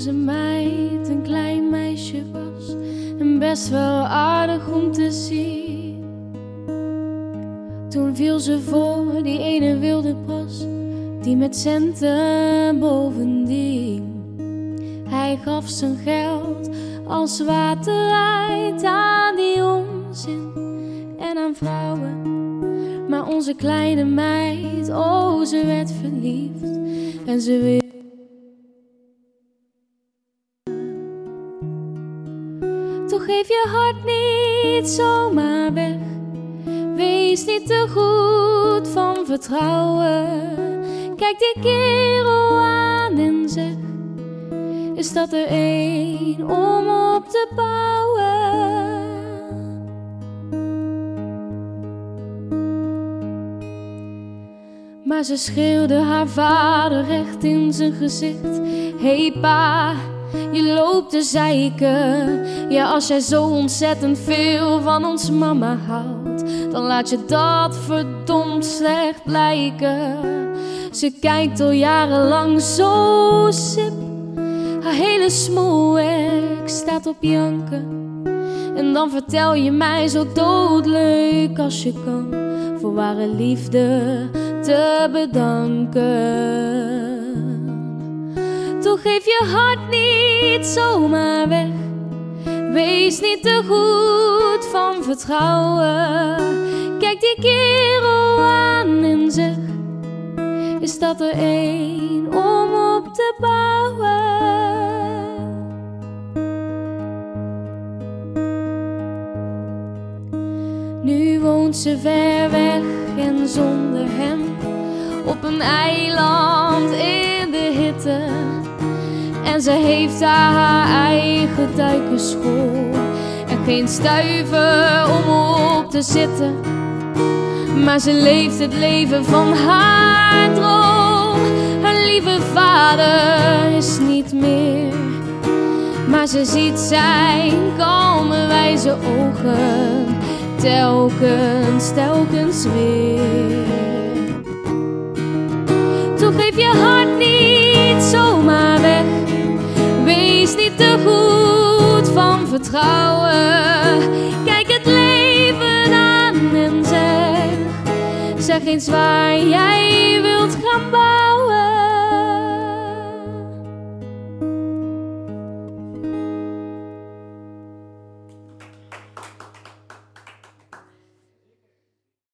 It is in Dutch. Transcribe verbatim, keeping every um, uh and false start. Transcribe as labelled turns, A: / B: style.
A: ze meid, een klein meisje was en best wel aardig om te zien. Toen viel ze voor die ene wilde pas, die met centen bovendien. Hij gaf zijn geld als water uit aan die onzin en aan vrouwen. Maar onze kleine meid, oh, ze werd verliefd en ze wil. Toch geef je hart niet zomaar weg. Wees niet te goed van vertrouwen. Kijk die kerel aan en zeg: is dat er één om op te bouwen? Maar ze schreeuwde haar vader recht in zijn gezicht: hey pa, je loopt te zeiken. Ja, als jij zo ontzettend veel van ons mama houdt, dan laat je dat verdomd slecht blijken. Ze kijkt al jarenlang zo sip, haar hele smoelwerk staat op janken. En dan vertel je mij zo doodleuk als je kan voor ware liefde te bedanken. Toch geef je hart niet zomaar weg. Wees niet te goed van vertrouwen. Kijk die kerel aan en zeg: is dat er één om op te bouwen? Nu woont ze ver weg en zonder hem op een eiland in de hitte. En ze heeft daar haar eigen duikenschool en geen stuiver om op te zitten. Maar ze leeft het leven van haar droom. Haar lieve vader is niet meer, maar ze ziet zijn kalme wijze ogen telkens, telkens weer. Toch geef je hart niet zomaar weg. Wees niet te goed van vertrouwen. Kijk het leven aan en zeg: zeg eens waar jij wilt gaan bouwen.